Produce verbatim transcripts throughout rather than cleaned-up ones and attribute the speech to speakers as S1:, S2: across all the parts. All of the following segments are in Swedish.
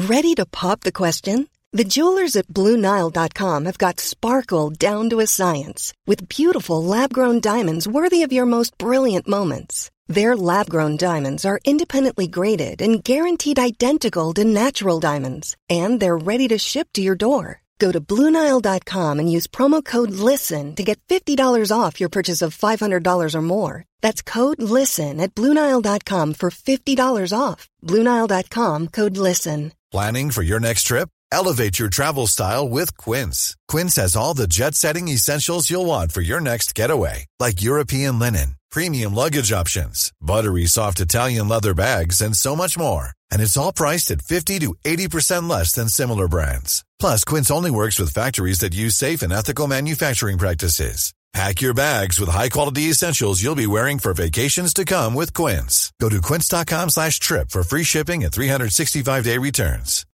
S1: Ready to pop the question? The jewelers at Blue Nile dot com have got sparkle down to a science with beautiful lab-grown diamonds worthy of your most brilliant moments. Their lab-grown diamonds are independently graded and guaranteed identical to natural diamonds, and they're ready to ship to your door. Go to Blue Nile dot com and use promo code LISTEN to get fifty dollars off your purchase of five hundred dollars or more. That's code LISTEN at Blue Nile dot com for fifty dollars off. Blue Nile dot com, code LISTEN.
S2: Planning for your next trip? Elevate your travel style with Quince. Quince has all the jet-setting essentials you'll want for your next getaway, like European linen, premium luggage options, buttery soft Italian leather bags, and so much more. And it's all priced at fifty to eighty percent less than similar brands. Plus, Quince only works with factories that use safe and ethical manufacturing practices. Pack your bags with high-quality essentials you'll be wearing for vacations to come with Quince. Go to quince dot com slash trip for free shipping and three sixty-five day returns.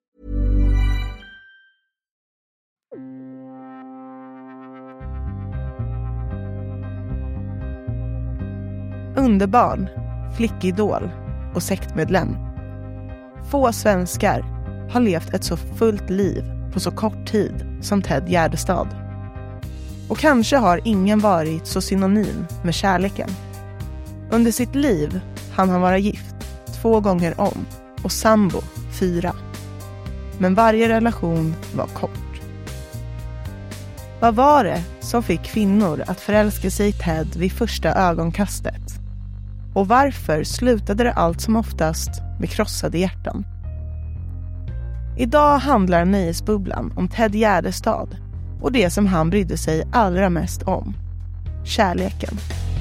S3: Underbarn, flickidol och sektmedlem. Få svenskar har levt ett så fullt liv på så kort tid som Ted Gärdestad. Och kanske har ingen varit så synonym med kärleken. Under sitt liv hann han vara gift två gånger om och sambo fyra. Men varje relation var kort. Vad var det som fick kvinnor att förälska sig i Ted vid första ögonkastet? Och varför slutade det allt som oftast med krossade hjärtan? Idag handlar Nöjesbubblan om Ted Gärdestad och det som han brydde sig allra mest om. Kärleken.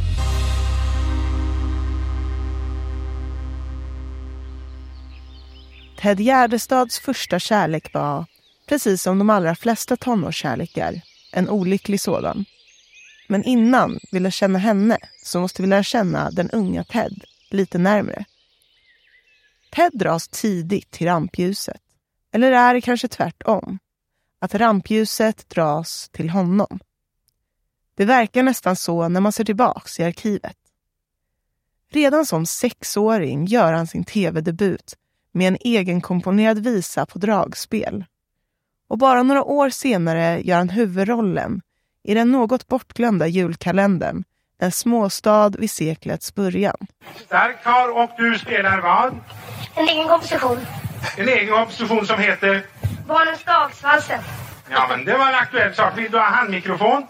S3: Ted Gärdestads första kärlek var, precis som de allra flesta tonårskärlekar, en olycklig sådan. Men innan vi lär känna henne så måste vi lära känna den unga Ted lite närmare. Ted dras tidigt till rampljuset. Eller är det kanske tvärtom? Att rampljuset dras till honom. Det verkar nästan så när man ser tillbaks i arkivet. Redan som sexåring gör han sin tv-debut med en egenkomponerad visa på dragspel. Och bara några år senare gör han huvudrollen i den något bortglömda julkalendern En småstad vid seklets början.
S4: Stark kar, och du spelar vad?
S5: En egen komposition.
S4: En egen komposition som heter?
S5: Barnens dagsvalsen.
S4: Ja, men det var en aktuell sak. Vill du ha handmikrofon?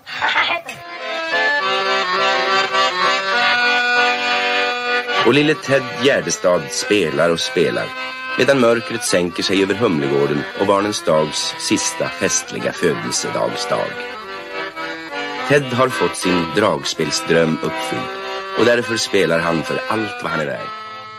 S6: Och lille Ted Gärdestad spelar och spelar medan mörkret sänker sig över Humlegården och Barnens dags sista festliga födelsedagsdag. Ted har fått sin dragspelsdröm uppfylld och därför spelar han för allt vad han är värd.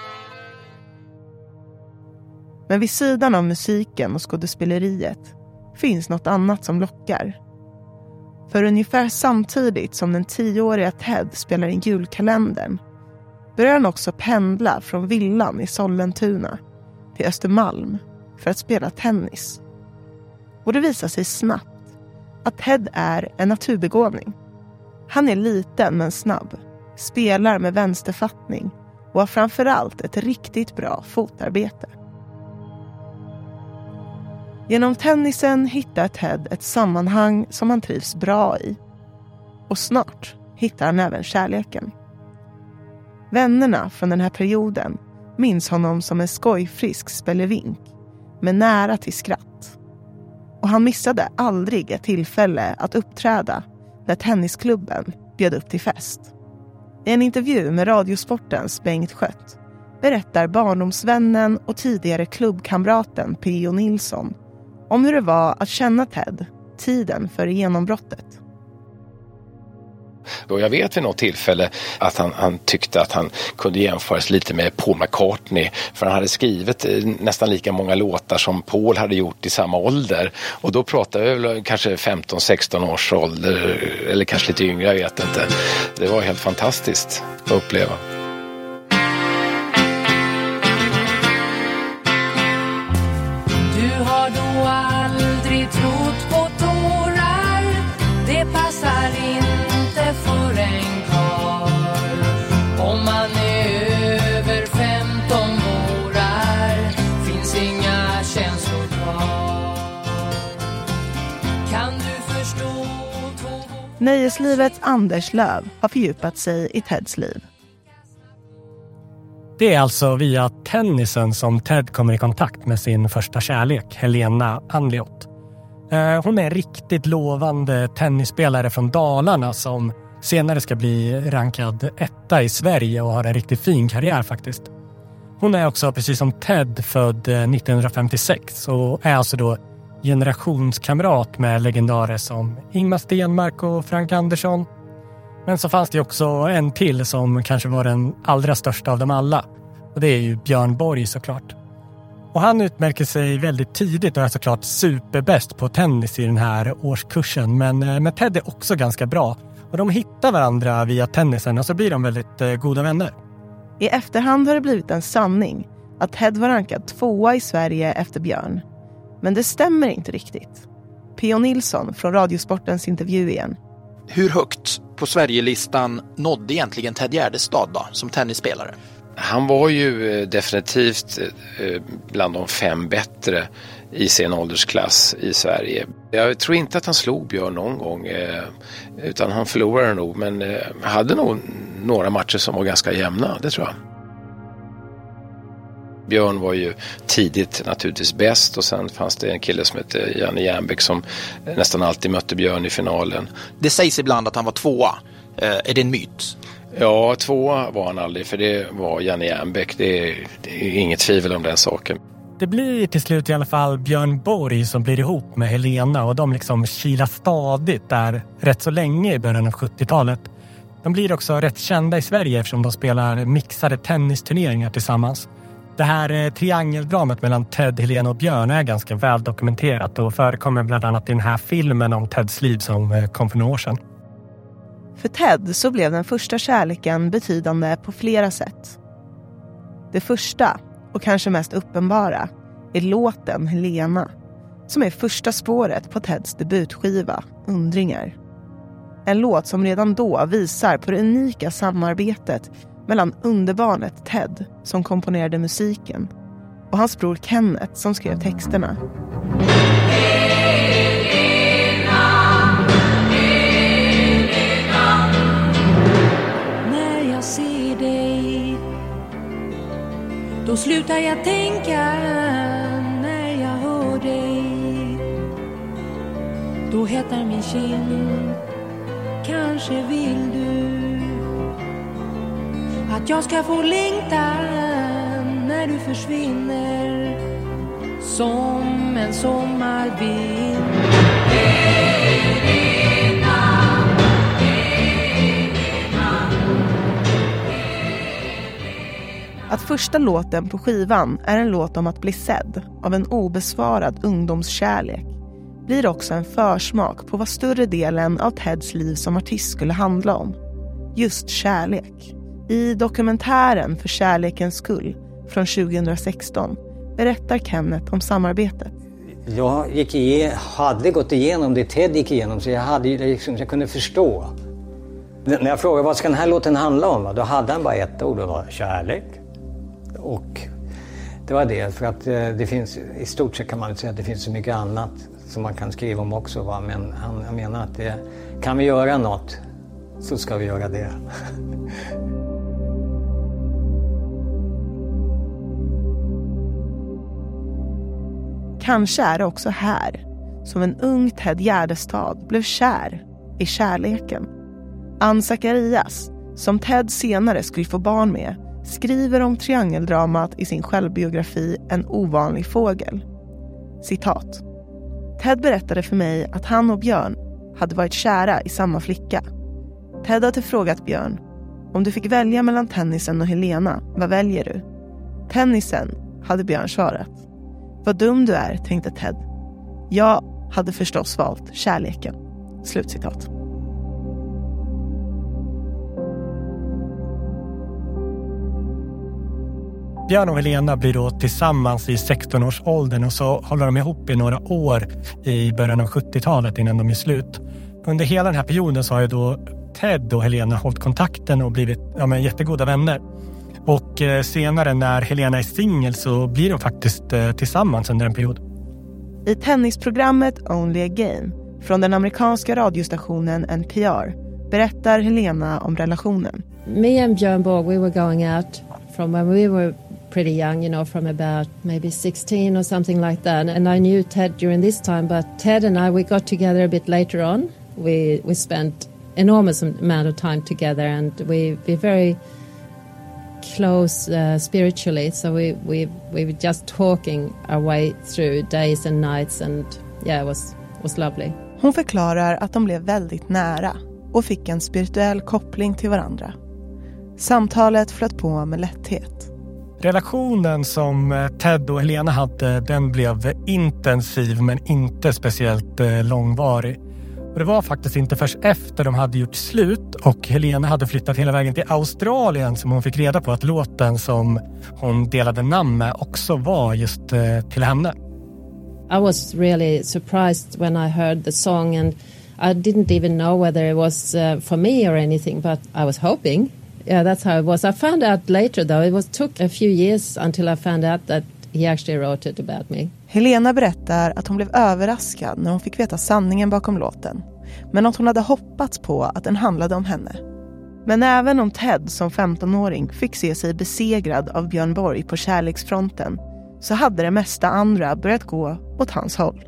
S3: Men vid sidan av musiken och skådespeleriet finns något annat som lockar. För ungefär samtidigt som den tioåriga Ted spelar in julkalendern börjar han också pendla från villan i Sollentuna till Östermalm för att spela tennis. Och det visar sig snabbt att Ted är en naturbegåvning. Han är liten men snabb, spelar med vänsterfattning och har framförallt ett riktigt bra fotarbete. Genom tennisen hittar Ted ett sammanhang som han trivs bra i. Och snart hittar han även kärleken. Vännerna från den här perioden minns honom som en skojfrisk spelevink med nära till skratt. Och han missade aldrig ett tillfälle att uppträda när tennisklubben bjöd upp till fest. I en intervju med Radiosportens Bengt Skött berättar barndomsvännen och tidigare klubbkamraten P O Nilsson om hur det var att känna Ted tiden före genombrottet.
S7: Och jag vet vid något tillfälle att han, han tyckte att han kunde jämföras lite med Paul McCartney. För han hade skrivit nästan lika många låtar som Paul hade gjort i samma ålder. Och då pratade vi väl kanske femton sexton års ålder. Eller kanske lite yngre, jag vet inte. Det var helt fantastiskt att uppleva.
S8: Du har då aldrig trott på tårar. Det passar inte för en karl. Om man är över femton år finns inga känslor
S3: Nöjeslivets Anders Löv har fördjupat sig i Teds liv.
S9: Det är alltså via tennisen som Ted kommer i kontakt med sin första kärlek, Helena Anliot. Hon är en riktigt lovande tennisspelare från Dalarna som senare ska bli rankad etta i Sverige och har en riktigt fin karriär faktiskt. Hon är också, precis som Ted, född nittonhundrafemtiosex och är alltså då generationskamrat med legendarer som Ingmar Stenmark och Frank Andersson. Men så fanns det också en till som kanske var den allra största av dem alla. Och det är ju Björn Borg såklart. Och han utmärker sig väldigt tidigt och är såklart superbäst på tennis i den här årskursen. Men, men Ted är också ganska bra. Och de hittar varandra via tennisen och så blir de väldigt eh, goda vänner.
S3: I efterhand har det blivit en sanning att Ted var rankad tvåa i Sverige efter Björn. Men det stämmer inte riktigt. P O Nilsson från Radiosportens intervju igen.
S10: Hur högt på Sverigelistan nådde egentligen Ted Gärdestad då, som tennisspelare?
S7: Han var ju definitivt bland de fem bättre i sin åldersklass i Sverige. Jag tror inte att han slog Björn någon gång, utan han förlorade nog, men hade nog några matcher som var ganska jämna, det tror jag. Björn var ju tidigt naturligtvis bäst och sen fanns det en kille som hette Janne Jernbäck som nästan alltid mötte Björn i finalen.
S10: Det sägs ibland att han var tvåa. Är det en myt?
S7: Ja, tvåa var han aldrig, för det var Janne Jernbäck. Det är, det är inget tvivel om den saken.
S9: Det blir till slut i alla fall Björn Borg som blir ihop med Helena och de liksom kilar stadigt där rätt så länge i början av sjuttiotalet. De blir också rätt kända i Sverige eftersom de spelar mixade tennisturneringar tillsammans. Det här triangeldramat mellan Ted, Helena och Björn är ganska väl dokumenterat och förekommer bland annat i den här filmen om Teds liv som kom för några år sedan.
S3: För Ted så blev den första kärleken betydande på flera sätt. Det första, och kanske mest uppenbara, är låten Helena, som är första spåret på Teds debutskiva Undringar. En låt som redan då visar på det unika samarbetet mellan underbarnet Ted, som komponerade musiken, och hans bror Kenneth, som skrev texterna.
S8: När jag ser dig, då slutar jag tänka. När jag hör dig, då hettar min kind. Kanske vill du att jag ska få längta när du försvinner som en sommarvind.
S3: Att första låten på skivan är en låt om att bli sedd av en obesvarad ungdomskärlek blir också en försmak på vad större delen av Teds liv som artist skulle handla om. Just kärlek. I dokumentären För kärlekens skull från tjugohundrasexton berättar Kenneth om samarbetet.
S11: Jag gick igen, hade gått igenom det Ted gick igenom, så jag, hade, liksom, jag kunde förstå. När jag frågade vad ska den här låten handla om, då hade han bara ett ord, och det var kärlek. Och det var det, för att det finns, i stort sett kan man säga att det finns så mycket annat som man kan skriva om också. Va? Men han, jag menar att det, kan vi göra något så ska vi göra det.
S3: Kanske är det också här som en ung Ted Gärdestad blev kär i kärleken. Ann Zacharias, som Ted senare skulle få barn med, skriver om triangeldramat i sin självbiografi En ovanlig fågel. Citat. Ted berättade för mig att han och Björn hade varit kära i samma flicka. Ted hade frågat Björn: om du fick välja mellan tennisen och Helena, vad väljer du? Tennisen, hade Björn svarat. Vad dum du är, tänkte Ted. Jag hade förstås valt kärleken. Slutcitat.
S9: Björn och Helena blir då tillsammans i sexton-årsåldern och så håller de ihop i några år i början av sjuttiotalet innan de är slut. Under hela den här perioden så har ju då Ted och Helena hållit kontakten och blivit ja, men, jättegoda vänner. Och eh, senare när Helena är singel så blir de faktiskt eh, tillsammans under en period.
S3: I tennisprogrammet Only a Game Från den amerikanska radiostationen N P R berättar Helena om relationen.
S12: Me and Björn Borg, we were going out from when we were pretty young, you know, from about maybe sixteen or something like that. And I knew Ted during this time, but Ted and I, we got together a bit later on. We we spent enormous amount of time together, and we we very close uh, spiritually. So we we we were just talking our way through days and nights, and yeah, it was was lovely.
S3: Hon förklarar att de blev väldigt nära och fick en spirituell koppling till varandra. Samtalet flöt på med lätthet.
S9: Relationen som Ted och Helena hade, den blev intensiv men inte speciellt långvarig. Och det var faktiskt inte först efter de hade gjort slut och Helena hade flyttat hela vägen till Australien som hon fick reda på att låten som hon delade namn med också var just till henne.
S12: I was really surprised when I heard the song, and I didn't even know whether it was uh, for me or anything, but I was hoping. Yeah, that's how it was. I found out later, though. It was took a few years until I found out that he actually wrote it about me.
S3: Helena berättar att hon blev överraskad när hon fick veta sanningen bakom låten. Men att hon hade hoppats på att den handlade om henne. Men även om Ted som femtonåring fick se sig besegrad av Björn Borg på kärleksfronten, så hade det mesta andra börjat gå åt hans håll.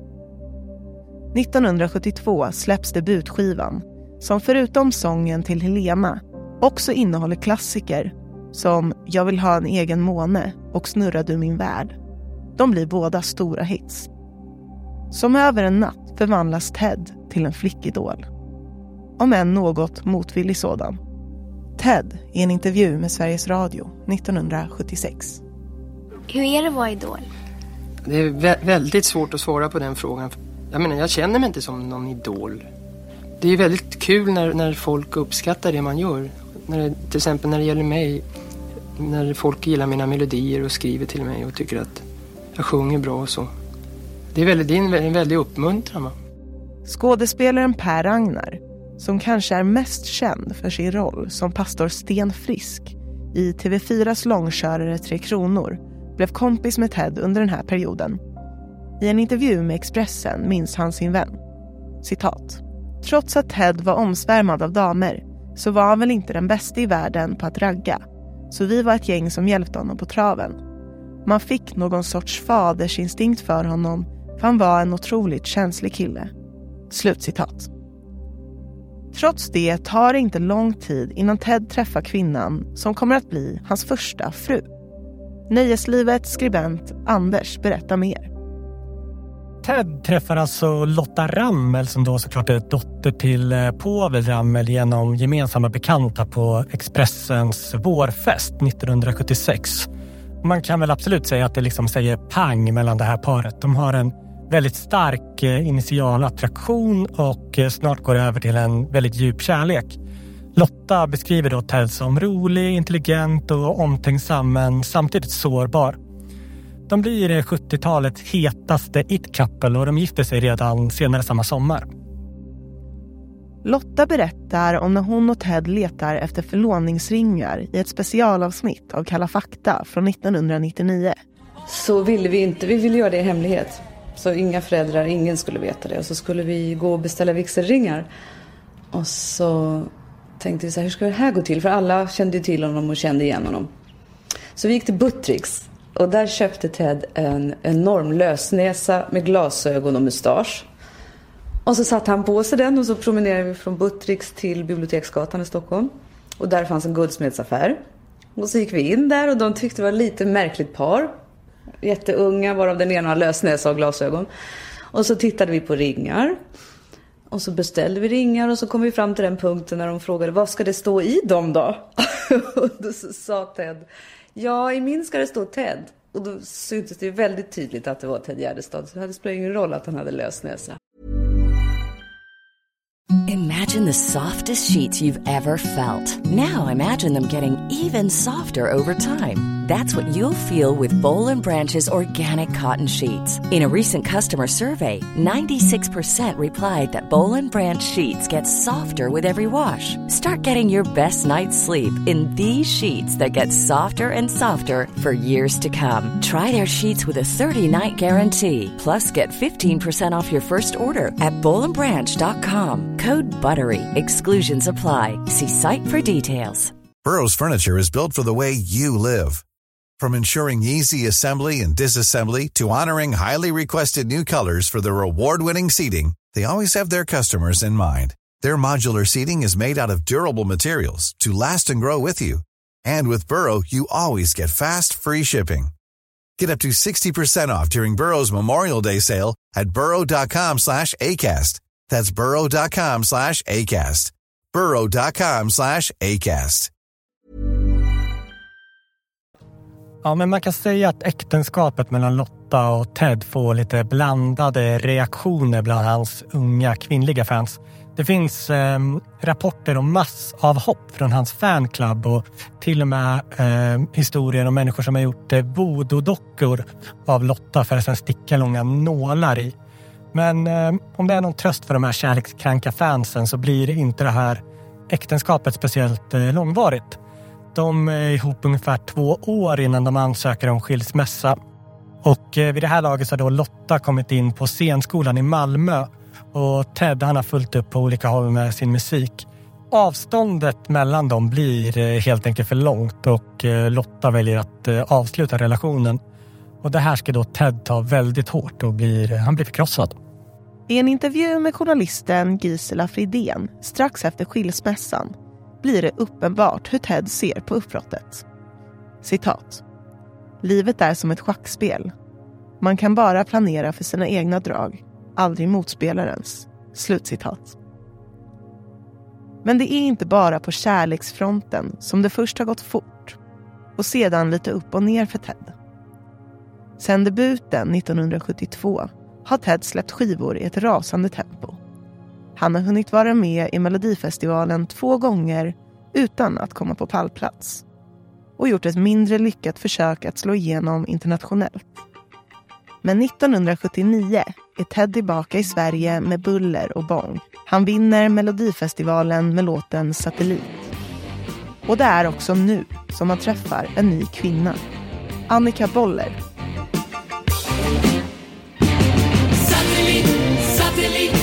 S3: nittonhundrasjuttiotvå släpps debutskivan, som förutom sången till Helena också innehåller klassiker som Jag vill ha en egen måne och Snurra du min värld. De blir båda stora hits. Som över en natt förvandlas Ted till en flickidol. Om än något motvillig sådan. Ted i en intervju med Sveriges Radio nittonhundrasjuttiosex.
S5: Hur är det att vara idol?
S13: Det är vä- väldigt svårt att svara på den frågan. Jag menar, jag känner mig inte som någon idol. Det är väldigt kul när, när folk uppskattar det man gör. När det, till exempel när det gäller mig. När folk gillar mina melodier och skriver till mig och tycker att jag sjunger bra och så. Det är, väldigt, det är en, en väldigt uppmuntran.
S3: Skådespelaren Per Ragnar, som kanske är mest känd för sin roll som pastor Sten Frisk i T V fyras långkörare Tre Kronor, blev kompis med Ted under den här perioden. I en intervju med Expressen minns han sin vän. Citat. Trots att Ted var omsvärmad av damer så var han väl inte den bästa i världen på att ragga. Så vi var ett gäng som hjälpte honom på traven. Man fick någon sorts fadersinstinkt för honom, för han var en otroligt känslig kille. Slutcitat. Trots det tar det inte lång tid innan Ted träffar kvinnan som kommer att bli hans första fru. Nöjeslivets skribent Anders berättar mer.
S9: Ted träffar alltså Lotta Rammel som då såklart är dotter till Povel Ramel genom gemensamma bekanta på Expressens vårfest nittonhundrasjuttiosex. Man kan väl absolut säga att det liksom säger pang mellan det här paret. De har en väldigt stark initial attraktion och snart går det över till en väldigt djup kärlek. Lotta beskriver då Ted som rolig, intelligent och omtänksam men samtidigt sårbar. De blir sjuttiotalets hetaste it-couple och de gifter sig redan senare samma sommar.
S3: Lotta berättar om när hon och Ted letar efter förlovningsringar i ett specialavsnitt av Kalla fakta från nittonhundranittionio.
S14: Så ville vi inte, vi ville göra det i hemlighet. Så inga föräldrar, ingen skulle veta det. Och så skulle vi gå och beställa vigselringar. Och så tänkte vi så här, hur ska det här gå till? För alla kände ju till honom och kände igen honom. Så vi gick till Buttricks. Och där köpte Ted en enorm lösnäsa med glasögon och mustasch. Och så satt han på sig den och så promenerade vi från Buttricks till Biblioteksgatan i Stockholm. Och där fanns en guldsmedsaffär. Och så gick vi in där och de tyckte det var lite märkligt par. Jätteunga, varav den ena har lösnäsa och glasögon. Och så tittade vi på ringar. Och så beställde vi ringar och så kom vi fram till den punkten när de frågade, vad ska det stå i dem då? Och då sa Ted, ja, i min ska det stå Ted. Och då syntes det ju väldigt tydligt att det var Ted Gärdestad. Så det hade spelat ingen roll att han hade lösnäsa.
S15: Imagine the softest sheets you've ever felt. Now imagine them getting even softer over time. That's what you'll feel with Boll and Branch's organic cotton sheets. In a recent customer survey, ninety-six percent replied that Boll and Branch sheets get softer with every wash. Start getting your best night's sleep in these sheets that get softer and softer for years to come. Try their sheets with a thirty-night guarantee. Plus, get fifteen percent off your first order at boll and branch dot com. Code BUTTERY. Exclusions apply. See site for details.
S2: Burrow's furniture is built for the way you live. From ensuring easy assembly and disassembly to honoring highly requested new colors for their award-winning seating, they always have their customers in mind. Their modular seating is made out of durable materials to last and grow with you. And with Burrow, you always get fast, free shipping. Get up to sixty percent off during Burrow's Memorial Day sale at burrow.com slash ACAST. That's burrow.com slash ACAST. burrow.com slash ACAST.
S9: Ja, men man kan säga att äktenskapet mellan Lotta och Ted får lite blandade reaktioner bland hans unga kvinnliga fans. Det finns eh, rapporter om massavhopp från hans fanclub och till och med eh, historier om människor som har gjort eh, voodoo-dockor av Lotta för att sedan sticka långa nålar i. Men eh, om det är någon tröst för de här kärlekskranka fansen så blir inte det här äktenskapet speciellt eh, långvarigt. De är ihop ungefär två år innan de ansöker om skilsmässa. Och eh, vid det här laget så har då Lotta kommit in på scenskolan i Malmö. Och Ted han har fullt upp på olika håll med sin musik. Avståndet mellan dem blir eh, helt enkelt för långt. Och eh, Lotta väljer att eh, avsluta relationen. Och det här ska då Ted ta väldigt hårt och blir, han blir förkrossad.
S3: I en intervju med journalisten Gisela Fridén strax efter skilsmässan blir det uppenbart hur Ted ser på uppbrottet. Citat. Livet är som ett schackspel. Man kan bara planera för sina egna drag, aldrig motspelarens. Slutcitat. Men det är inte bara på kärleksfronten som det först har gått fort och sedan lite upp och ner för Ted. Sedan debuten nittonhundrasjuttiotvå har Ted släppt skivor i ett rasande tempo. Han har hunnit vara med i Melodifestivalen två gånger utan att komma på pallplats. Och gjort ett mindre lyckat försök att slå igenom internationellt. Men nittonhundrasjuttionio är Ted tillbaka i Sverige med buller och bång. Han vinner Melodifestivalen med låten Satellit. Och det är också nu som han träffar en ny kvinna. Annika Boller.
S8: Satellit, satellit.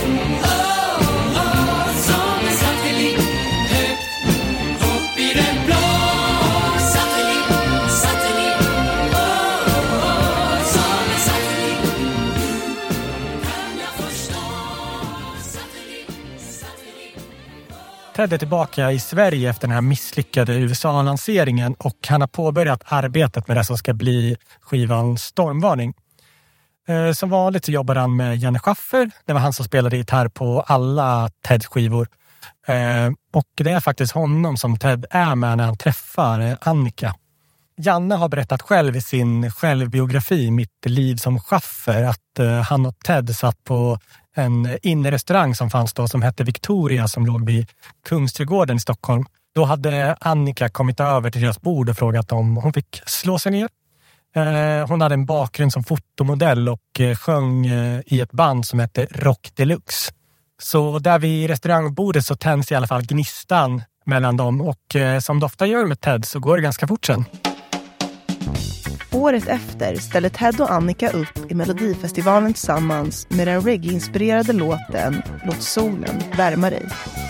S9: Ted är tillbaka i Sverige efter den här misslyckade U S A-lanseringen och han har påbörjat arbetet med det som ska bli skivan Stormvarning. Eh, som vanligt så jobbar han med Janne Schaffer. Det var han som spelade gitarr på alla Teds skivor. Eh, och det är faktiskt honom som Ted är med när han träffar eh, Annika. Janne har berättat själv i sin självbiografi Mitt liv som Schaffer att eh, han och Ted satt på en innerrestaurang som fanns då som hette Victoria som låg vid Kungsträdgården i Stockholm. Då hade Annika kommit över till deras bord och frågat om hon fick slå sig ner. Eh, hon hade en bakgrund som fotomodell och eh, sjöng eh, i ett band som hette Rock Deluxe. Så där vid restaurangbordet så tänds i alla fall gnistan mellan dem och eh, som det ofta gör med Ted så går det ganska fort sen.
S3: Året efter ställer Ted och Annika upp i Melodifestivalen tillsammans med den reggae-inspirerade låten Låt solen värma dig.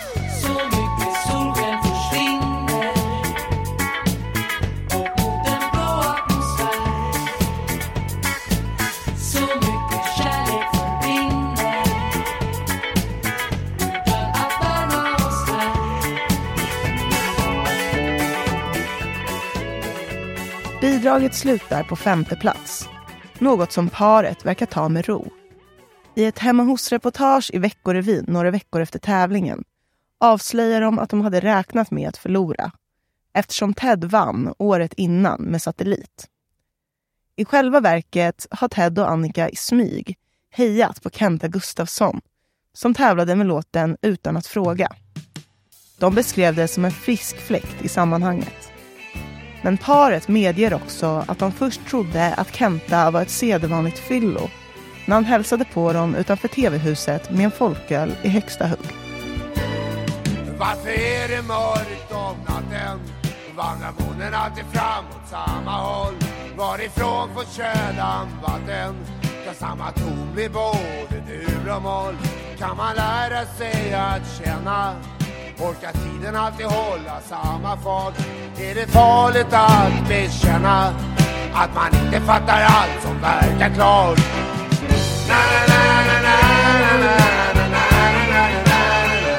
S3: Bidraget slutar på femte plats. Något som paret verkar ta med ro. I ett hemma hos-reportage i Veckorevyn några veckor efter tävlingen avslöjar de att de hade räknat med att förlora. Eftersom Ted vann året innan med Satellit. I själva verket har Ted och Annika i smyg hejat på Kenta Gustafsson som tävlade med låten Utan att fråga. De beskrev det som en frisk fläkt i sammanhanget. Men paret medger också att de först trodde att Kenta var ett sedvanligt fyllo när han hälsade på dem utanför tv-huset med en folköl i högsta hugg.
S16: Varför är det mörkt om natten? Vandrar månen alltid fram åt samma håll? Varifrån får kölan vatten? Kan samma ton bli både dur och moll? Kan man lära sig att känna? Orkar tiden alltid hålla samma fart? Är det farligt att bekänna att man inte fattar allt som verkar klart? Na, na, na, na, na, na, na, na, na, na.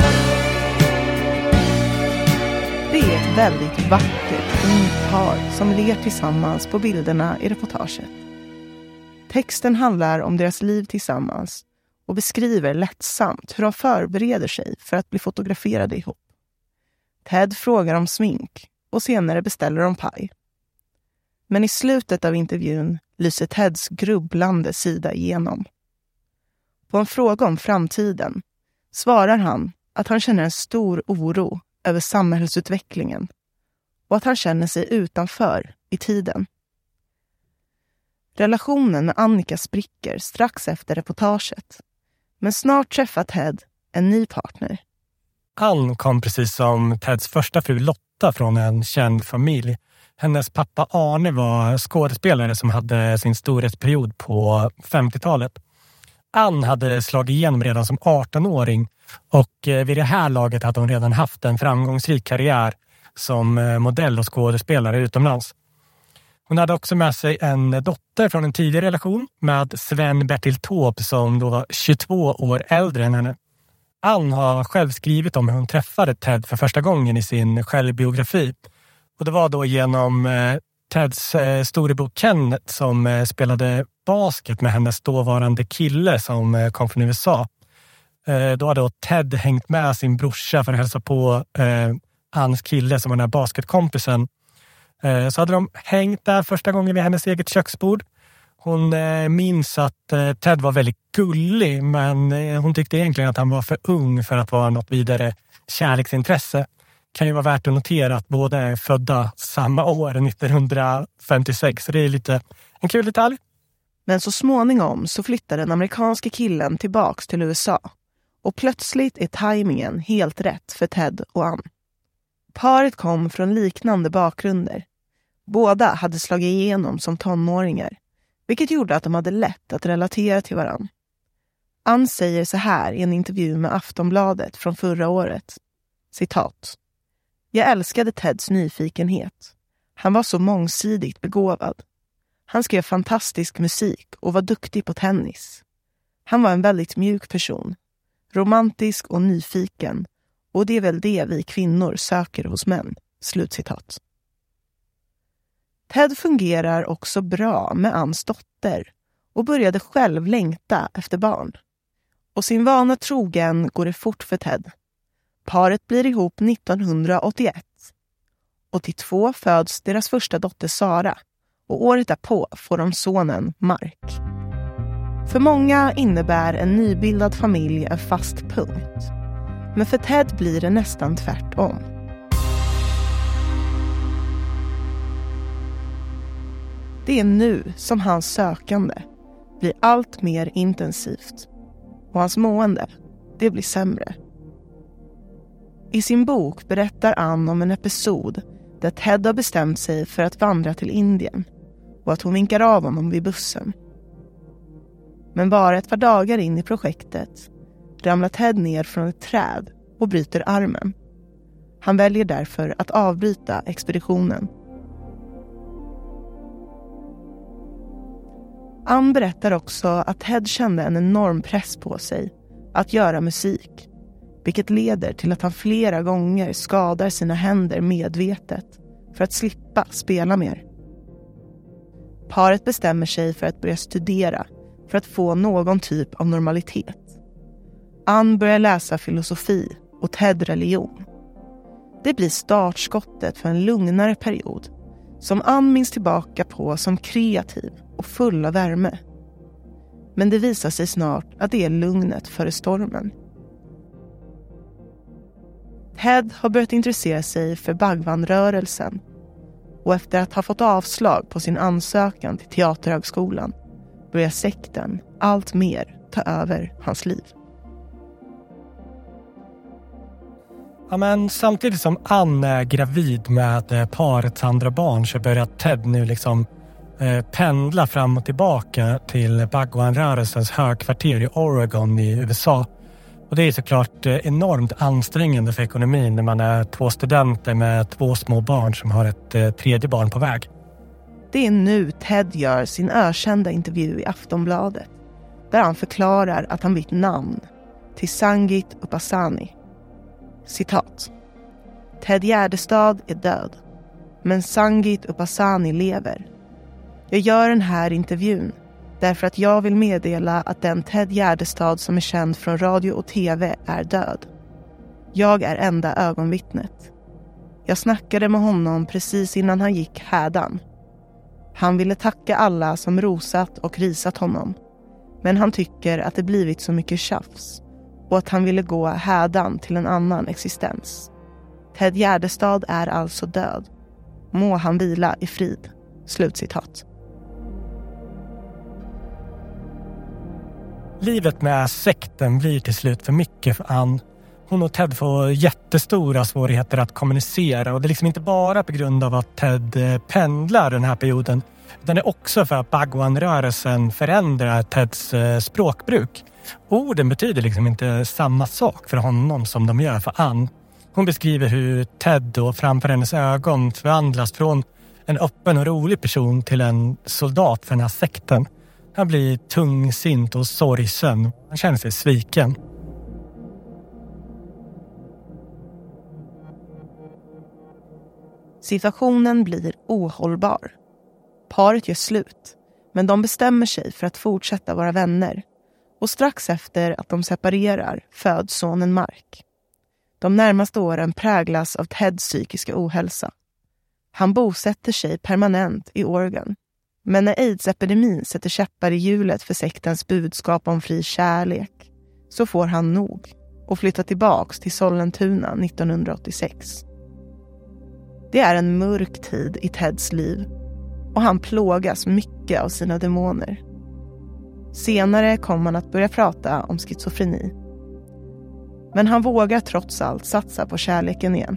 S3: Det är ett väldigt vackert ungt par som ler tillsammans på bilderna i reportaget. Texten handlar om deras liv tillsammans och beskriver lättsamt hur de förbereder sig för att bli fotograferade ihop. Ted frågar om smink och senare beställer de paj. Men i slutet av intervjun lyser Teds grubblande sida igenom. På en fråga om framtiden svarar han att han känner en stor oro över samhällsutvecklingen och att han känner sig utanför i tiden. Relationen med Annika spricker strax efter reportaget. Men snart träffar Ted en ny partner.
S9: Ann kom precis som Teds första fru Lotta från en känd familj. Hennes pappa Arne var skådespelare som hade sin storhetsperiod på femtiotalet. Ann hade slagit igenom redan som arton-åring och vid det här laget hade hon redan haft en framgångsrik karriär som modell och skådespelare utomlands. Hon hade också med sig en dotter från en tidig relation med Sven Bertil Taube som då var tjugotvå år äldre än henne. Ann har själv skrivit om hur hon träffade Ted för första gången i sin självbiografi. Och det var då genom eh, Teds eh, storebror Kenneth som eh, spelade basket med hennes dåvarande kille som eh, kom från U S A. Eh, då hade då Ted hängt med sin brorsa för att hälsa på eh, hans kille som var den här basketkompisen. Eh, så hade de hängt där första gången vid hennes eget köksbord. Hon eh, minns att eh, Ted var väldigt gullig men eh, hon tyckte egentligen att han var för ung för att vara något vidare kärleksintresse. Kan ju vara värt att notera att båda är födda samma år, nittonhundrafemtiosex, så det är lite en kul detalj.
S3: Men så småningom så flyttar den amerikanske killen tillbaks till U S A och plötsligt är tajmingen helt rätt för Ted och Ann. Paret kom från liknande bakgrunder. Båda hade slagit igenom som tonåringar, vilket gjorde att de hade lätt att relatera till varann. Ann säger så här i en intervju med Aftonbladet från förra året. Citat. Jag älskade Teds nyfikenhet. Han var så mångsidigt begåvad. Han skrev fantastisk musik och var duktig på tennis. Han var en väldigt mjuk person. Romantisk och nyfiken. Och det är väl det vi kvinnor söker hos män. Slutcitat. Ted fungerar också bra med Anns dotter och började själv längta efter barn. Och sin vana trogen går det fort för Ted. Paret blir ihop nittonhundraåttioett. åttiotvå föds deras första dotter Sara och året därpå får de sonen Mark. För många innebär en nybildad familj en fast punkt. Men för Ted blir det nästan tvärtom. Det är nu som hans sökande blir allt mer intensivt och hans mående, det blir sämre. I sin bok berättar Ann om en episod där Ted har bestämt sig för att vandra till Indien och att hon vinkar av honom vid bussen. Men bara ett par dagar in i projektet ramlar Ted ner från ett träd och bryter armen. Han väljer därför att avbryta expeditionen. Ann berättar också att Ted kände en enorm press på sig att göra musik, vilket leder till att han flera gånger skadar sina händer medvetet för att slippa spela mer. Paret bestämmer sig för att börja studera för att få någon typ av normalitet. Ann börjar läsa filosofi och Ted religion. Det blir startskottet för en lugnare period som Ann minns tillbaka på som kreativ och full av värme. Men det visar sig snart att det är lugnet före stormen. Ted har börjat intressera sig för Bhagwan-rörelsen Och efter att ha fått avslag på sin ansökan till Teaterhögskolan börjar sekten allt mer ta över hans liv.
S9: Ja, men samtidigt som Ann är gravid med parets andra barn så börjar Ted nu liksom eh, pendla fram och tillbaka till Bhagwan-rörelsens högkvarter i Oregon i U S A. Och det är såklart eh, enormt ansträngande för ekonomin när man är två studenter med två små barn som har ett eh, tredje barn på väg.
S3: Det är nu Ted gör sin ökända intervju i Aftonbladet där han förklarar att han bytt namn till Sangit Upasani. Citat. Ted Gärdestad är död, men Sangit Upasani lever. Jag gör den här intervjun därför att jag vill meddela att den Ted Gärdestad som är känd från radio och tv är död. Jag är enda ögonvittnet. Jag snackade med honom precis innan han gick hädan. Han ville tacka alla som rosat och risat honom, men han tycker att det blivit så mycket tjafs och att han ville gå hädan till en annan existens. Ted Gärdestad är alltså död. Må han vila i frid. Slutcitat.
S9: Livet med sekten blir till slut för mycket för Ann. Hon och Ted får jättestora svårigheter att kommunicera och det är liksom inte bara på grund av att Ted pendlar den här perioden utan det är också för att Bhagwan-rörelsen förändrar Teds språkbruk. Orden betyder liksom inte samma sak för honom som de gör för Ann. Hon beskriver hur Ted då framför hennes ögon förvandlas från en öppen och rolig person till en soldat för den här sekten. Han blir tungsint och sorgsen. Han känner sig sviken.
S3: Situationen blir ohållbar. Paret gör slut, men de bestämmer sig för att fortsätta vara vänner. Och strax efter att de separerar föds sonen Mark. De närmaste åren präglas av Teds psykiska ohälsa. Han bosätter sig permanent i Oregon. Men när AIDS-epidemin sätter käppar i hjulet för sektens budskap om fri kärlek så får han nog och flyttar tillbaks till Sollentuna nittonhundraåttiosex. Det är en mörk tid i Teds liv och han plågas mycket av sina demoner. Senare kommer han att börja prata om schizofreni. Men han vågar trots allt satsa på kärleken igen.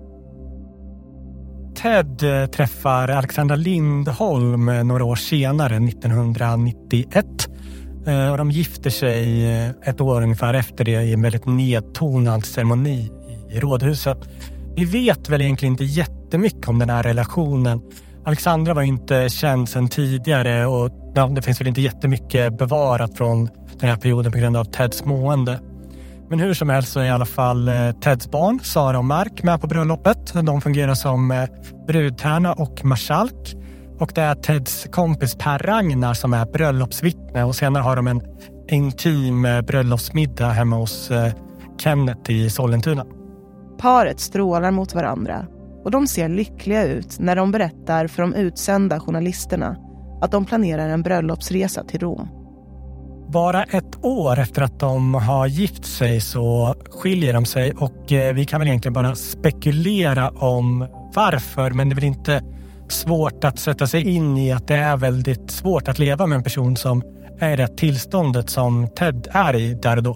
S9: Ted träffar Alexandra Lindholm några år senare, nittonhundranittioett. Och de gifter sig ett år ungefär efter det i en väldigt nedtonad ceremoni i rådhuset. Vi vet väl egentligen inte jättemycket om den här relationen. Alexandra var inte känd sedan tidigare och ja, det finns väl inte jättemycket bevarat från den här perioden på grund av Teds mående. Men hur som helst så är i alla fall Teds barn, Sara och Mark, med på bröllopet. De fungerar som brudtärna och marskalk. Och det är Teds kompis Per Ragnar som är bröllopsvittne. Och senare har de en intim bröllopsmiddag hemma hos Kenneth i Sollentuna.
S3: Paret strålar mot varandra och de ser lyckliga ut när de berättar för de utsända journalisterna att de planerar en bröllopsresa till Rom.
S9: Bara ett år efter att de har gift sig så skiljer de sig och vi kan väl egentligen bara spekulera om varför, men det är väl inte svårt att sätta sig in i att det är väldigt svårt att leva med en person som är i det tillståndet som Ted är i där och då.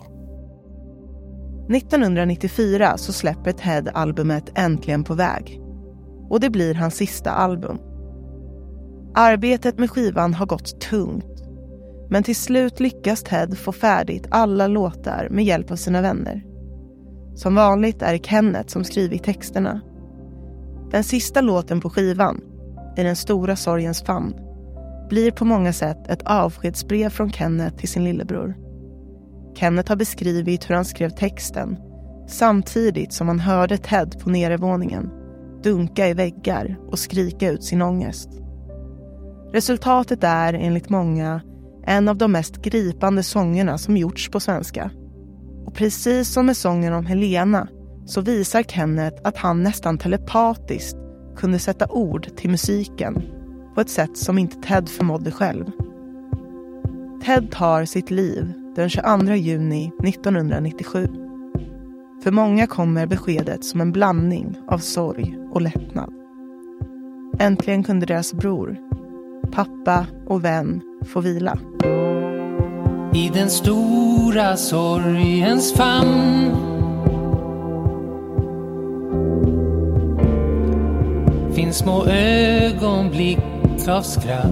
S3: nittonhundranittiofyra så släpper Ted albumet Äntligen på väg och det blir hans sista album. Arbetet med skivan har gått tungt. Men till slut lyckas Ted få färdigt alla låtar med hjälp av sina vänner. Som vanligt är det Kenneth som skriver texterna. Den sista låten på skivan, I den stora sorgens famn, blir på många sätt ett avskedsbrev från Kenneth till sin lillebror. Kenneth har beskrivit hur han skrev texten samtidigt som han hörde Ted på nedervåningen dunka i väggar och skrika ut sin ångest. Resultatet är enligt många en av de mest gripande sångerna som gjorts på svenska. Och precis som med sången om Helena så visar Kenneth att han nästan telepatiskt kunde sätta ord till musiken på ett sätt som inte Ted förmådde själv. Ted tar sitt liv den tjugoandra juni nittonhundranittiosju. För många kommer beskedet som en blandning av sorg och lättnad. Äntligen kunde deras bror, pappa och vän få vila.
S8: I den stora sorgens famn finns små ögonblick av skratt.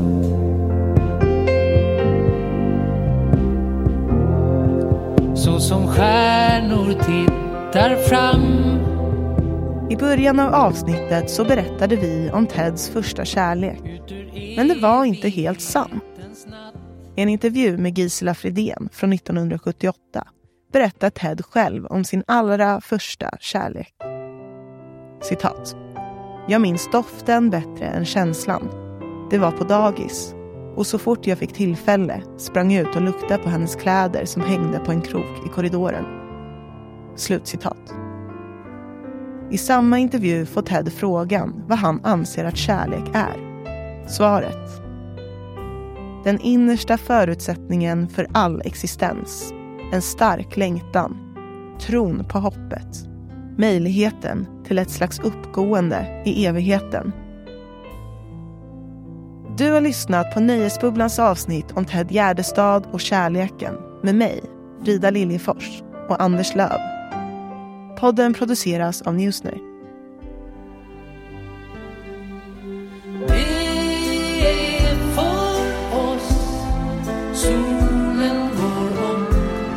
S8: Så som stjärnor tittar fram.
S3: I början av avsnittet så berättade vi om Teds första kärlek. Men det var inte helt sant. I en intervju med Gisela Fridén från nittonhundrasjuttioåtta berättar Ted själv om sin allra första kärlek. Citat. Jag minns doften bättre än känslan. Det var på dagis. Och så fort jag fick tillfälle sprang jag ut och luktade på hennes kläder som hängde på en krok i korridoren. Slutcitat. I samma intervju får Ted frågan vad han anser att kärlek är. Svaret. Den innersta förutsättningen för all existens. En stark längtan. Tron på hoppet. Möjligheten till ett slags uppgående i evigheten. Du har lyssnat på Nöjesbubblans avsnitt om Ted Gärdestad och kärleken med mig, Frida Liljefors och Anders Löv. Podden produceras av Newsner.
S8: Solen går om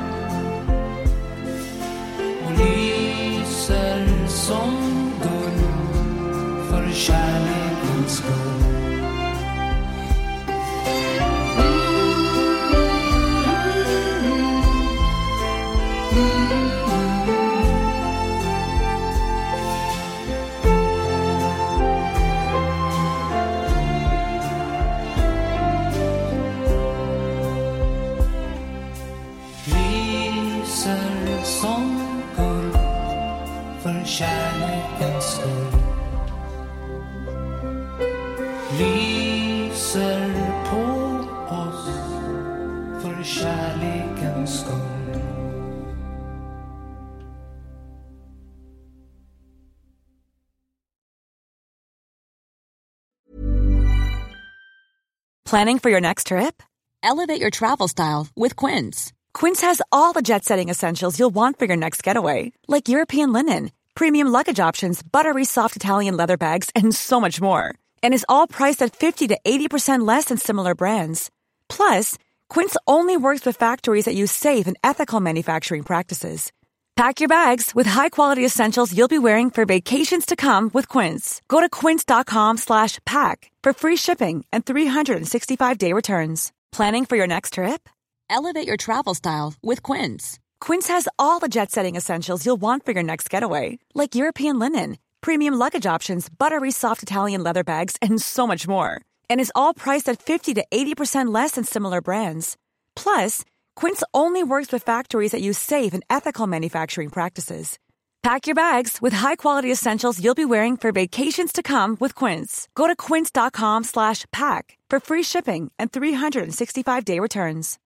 S8: och lyser som guld för kärlekens skull. Kärlekens skull lyser på oss för kärlekens skull.
S15: Planning for your next trip? Elevate your travel style with Quince. Quince has all the jet-setting essentials you'll want for your next getaway, like European linen, premium luggage options, buttery soft Italian leather bags, and so much more. And is all priced at fifty to eighty percent less than similar brands. Plus, Quince only works with factories that use safe and ethical manufacturing practices. Pack your bags with high-quality essentials you'll be wearing for vacations to come with Quince. Go to quince.com slash pack for free shipping and three sixty-five day returns. Planning for your next trip? Elevate your travel style with Quince. Quince has all the jet-setting essentials you'll want for your next getaway, like European linen, premium luggage options, buttery soft Italian leather bags, and so much more. And is all priced at fifty to eighty percent less than similar brands. Plus, Quince only works with factories that use safe and ethical manufacturing practices. Pack your bags with high-quality essentials you'll be wearing for vacations to come with Quince. Go to quince.com slash pack for free shipping and three sixty-five day returns.